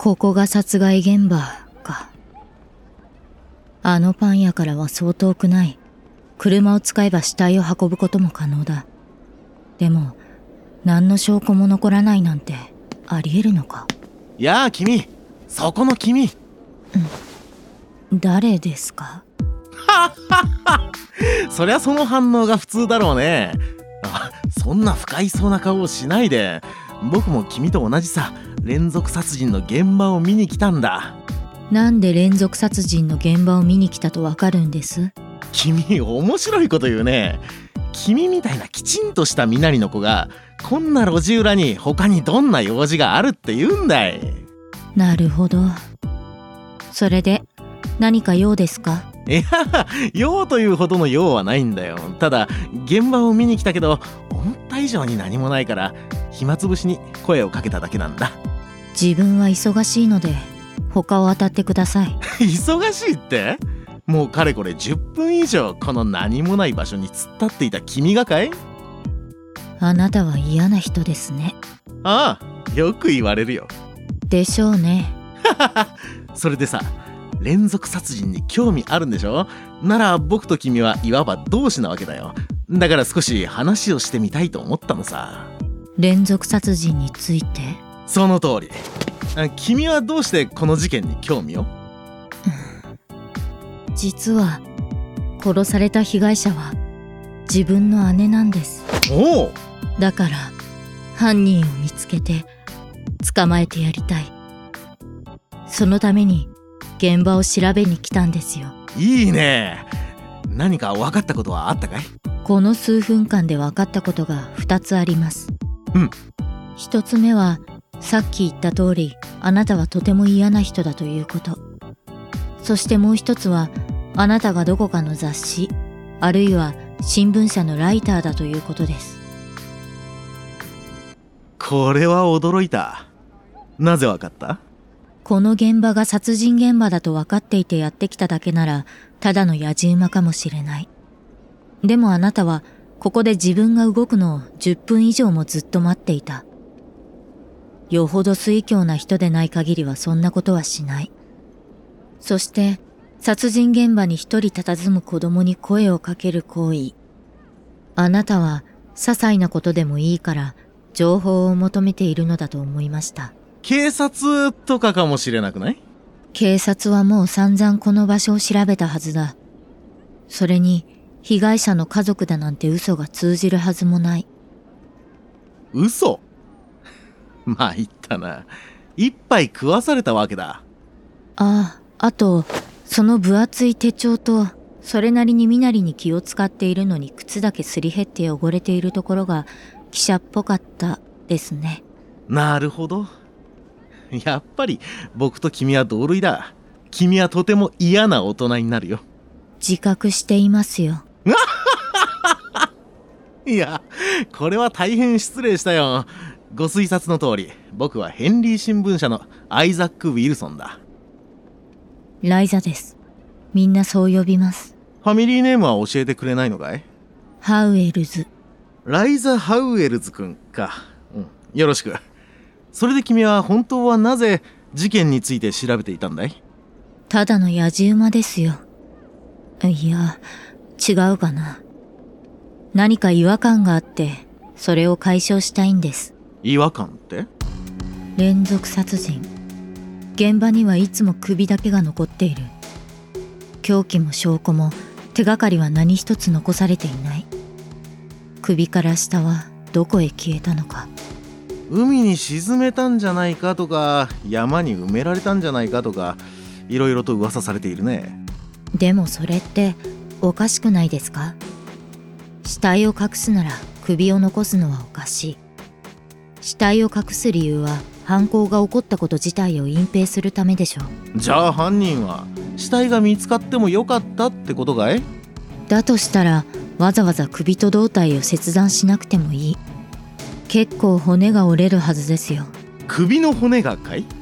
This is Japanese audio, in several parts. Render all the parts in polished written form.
ここが殺害現場か。あのパン屋からはそう遠くない。車を使えば死体を運ぶことも可能だ。でも何の証拠も残らないなんてありえるのか。 やあ君、そこの君。 誰ですか？ そりゃその反応が普通だろうね。そんな不快そうな顔をしないで。僕も君と同じさ。連続殺人の現場を見に来たんだ。 なんで連続殺人の現場を見に来たとわかるんです？ 君面白いこと言うね。君みたいなきちんとした身なりの子がこんな路地裏に他にどんな用事があるって言うんだい。 なるほど。それで何か用ですか？ いや、用というほどの用はないんだよ。ただ現場を見に来たけど思った以上に何もないから暇つぶしに声をかけただけなんだ。 自分は忙しいので他を当たってください。 忙しいって？もうかれこれ10分以上この何もない場所に突っ立っていた君がかい？ あなたは嫌な人ですね。 ああ、よく言われるよ。 でしょうね。 それでさ、連続殺人に興味あるんでしょ？なら僕と君はいわば同志なわけだよ。だから少し話をしてみたいと思ったのさ。 連続殺人について？ その通り。君はどうしてこの事件に興味を？ 実は殺された被害者は自分の姉なんです。 おお。 だから犯人を見つけて捕まえてやりたい。そのために現場を調べに来たんですよ。 いいね。何か分かったことはあったかい？ この数分間で分かったことが2つあります。1つ目はさっき言った通りあなたはとても嫌な人だということ。そしてもう一つはあなたがどこかの雑誌あるいは新聞社のライターだということです。 これは驚いた。なぜわかった？ この現場が殺人現場だと分かっていてやってきただけならただのやじ馬かもしれない。でもあなたはここで自分が動くのを10分以上もずっと待っていた。よほど酔狂な人でない限りはそんなことはしない。そして殺人現場に一人佇む子供に声をかける行為。あなたは些細なことでもいいから情報を求めているのだと思いました。 警察とかかもしれなくない？ 警察はもう散々この場所を調べたはずだ。それに被害者の家族だなんて嘘が通じるはずもない。 嘘？まいったな。一杯食わされたわけだ。 あとその分厚い手帳とそれなりに身なりに気を使っているのに靴だけすり減って汚れているところが記者っぽかったですね。 なるほど。やっぱり僕と君は同類だ。君はとても嫌な大人になるよ。 自覚していますよ。 いや、これは大変失礼したよ。ご推察の通り、僕はヘンリー新聞社のアイザック・ウィルソンだ。 ライザです。みんなそう呼びます。 ファミリーネームは教えてくれないのかい？ ハウエルズ。 ライザ・ハウエルズ君か。よろしく。それで君は本当はなぜ事件について調べていたんだい？ ただのやじ馬ですよ。いや、違うかな。何か違和感があってそれを解消したいんです。 違和感って？ 連続殺人。現場にはいつも首だけが残っている。凶器も証拠も手がかりは何一つ残されていない。首から下はどこへ消えたのか。 海に沈めたんじゃないかとか、山に埋められたんじゃないかとか、いろいろと噂されているね。 でもそれっておかしくないですか？死体を隠すなら首を残すのはおかしい。死体を隠す理由は犯行が起こったこと自体を隠蔽するためでしょう。 じゃあ犯人は死体が見つかってもよかったってことかい？ だとしたらわざわざ首と胴体を切断しなくてもいい。結構骨が折れるはずですよ。 首の骨がかい？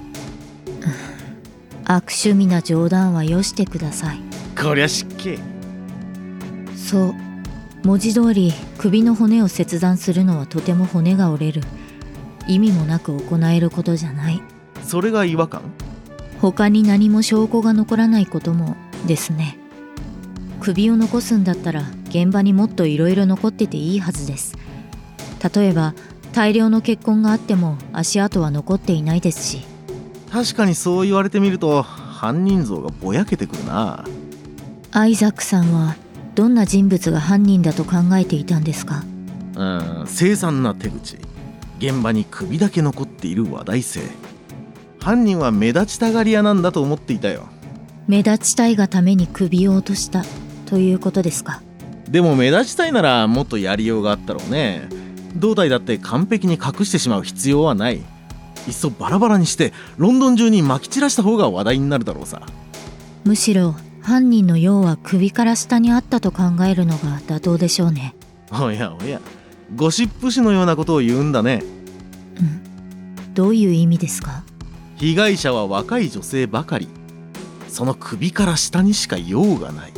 悪趣味な冗談はよしてください。 こりゃ失敬。 そう、文字通り首の骨を切断するのはとても骨が折れる、意味もなく行えることじゃない。 それが違和感？ 他に何も証拠が残らないこともですね。首を残すんだったら現場にもっといろいろ残ってていいはずです。例えば大量の血痕があっても足跡は残っていないですし。 確かにそう言われてみると犯人像がぼやけてくるな。 アイザックさんはどんな人物が犯人だと考えていたんですか？ 凄惨な手口、現場に首だけ残っている話題性。犯人は目立ちたがり屋なんだと思っていたよ。 目立ちたいがために首を落としたということですか？ でも目立ちたいならもっとやりようがあったろうね。胴体だって完璧に隠してしまう必要はない。いっそバラバラにしてロンドン中に撒き散らした方が話題になるだろうさ。 むしろ犯人の用は首から下にあったと考えるのが妥当でしょうね。 おやおや、ゴシップ誌のようなことを言うんだね。 どういう意味ですか？ 被害者は若い女性ばかり。その首から下にしか用がない。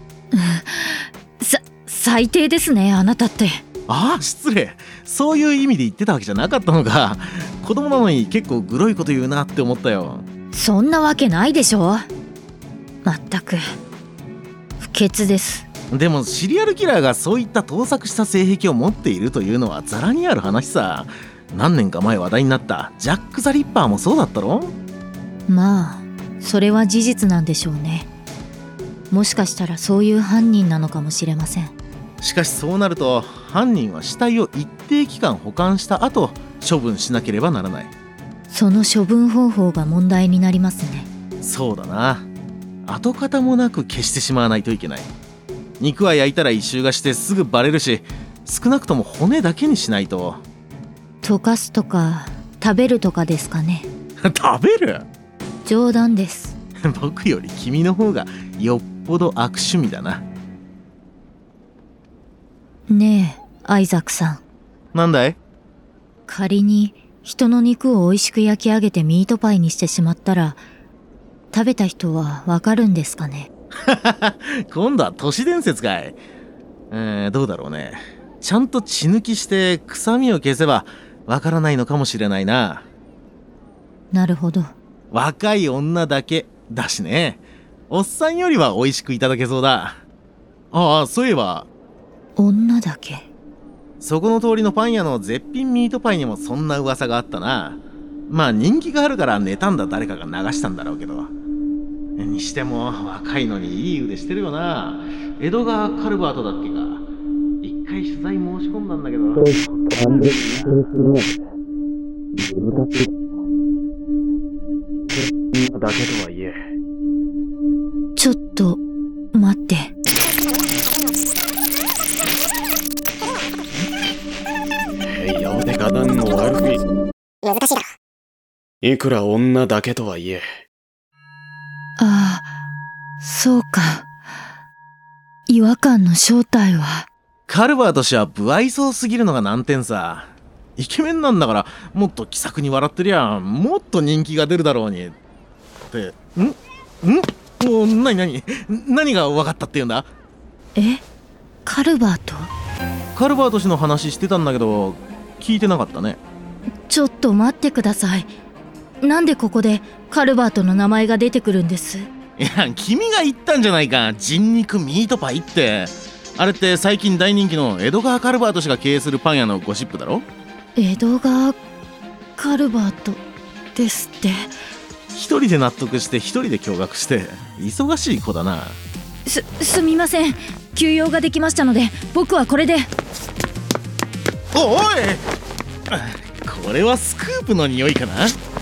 最低ですね、あなたって。 ああ、失礼。そういう意味で言ってたわけじゃなかったのか。子供なのに結構グロいこと言うなって思ったよ。 そんなわけないでしょ。まったく不潔です。 でもシリアルキラーがそういった盗作した性癖を持っているというのはザラにある話さ。何年か前話題になったジャック・ザ・リッパーもそうだったろ。 まあそれは事実なんでしょうね。もしかしたらそういう犯人なのかもしれません。 しかしそうなると犯人は死体を一定期間保管した後処分しなければならない。 その処分方法が問題になりますね。 そうだな。跡形もなく消してしまわないといけない。肉は焼いたら異臭がしてすぐバレるし、少なくとも骨だけにしないと。 溶かすとか食べるとかですかね。 食べる？ 冗談です。 僕より君の方がよっぽど悪趣味だな。 ねえアイザックさん。 なんだい？ 仮に人の肉を美味しく焼き上げてミートパイにしてしまったら食べた人はわかるんですかね？ 今度は都市伝説かい。どうだろうね。ちゃんと血抜きして臭みを消せばわからないのかもしれないな。 なるほど。 若い女だけだしね。おっさんよりは美味しくいただけそうだ。ああ、そういえば女だけ。 そこの通りのパン屋の絶品ミートパイにもそんな噂があったな。まあ人気があるから妬んだ誰かが流したんだろうけど。にしても若いのにいい腕してるよな。江戸川カルバートだっけか。一回取材申し込んだんだけど。だけとはいえ。 ちょっと待って。 八尾で花壇の悪い。 難しいだろ。 いくら女だけとはいえ。 ああ、そうか。違和感の正体は。 カルバート氏は不愛想すぎるのが難点さ。イケメンなんだからもっと気さくに笑ってりゃもっと人気が出るだろうに。ってもう何が分かったって言うんだ？ カルバート？ カルバート氏の話してたんだけど聞いてなかったね。 ちょっと待ってください。なんでここでカルバートの名前が出てくるんです？ いや君が言ったんじゃないか。人肉ミートパイって。あれって最近大人気の江戸川カルバート氏が経営するパン屋のゴシップだろ。 江戸川カルバートですって。 一人で納得して一人で驚愕して忙しい子だな。 すみません。休養ができましたので僕はこれで。 おいこれはスクープの匂いかな。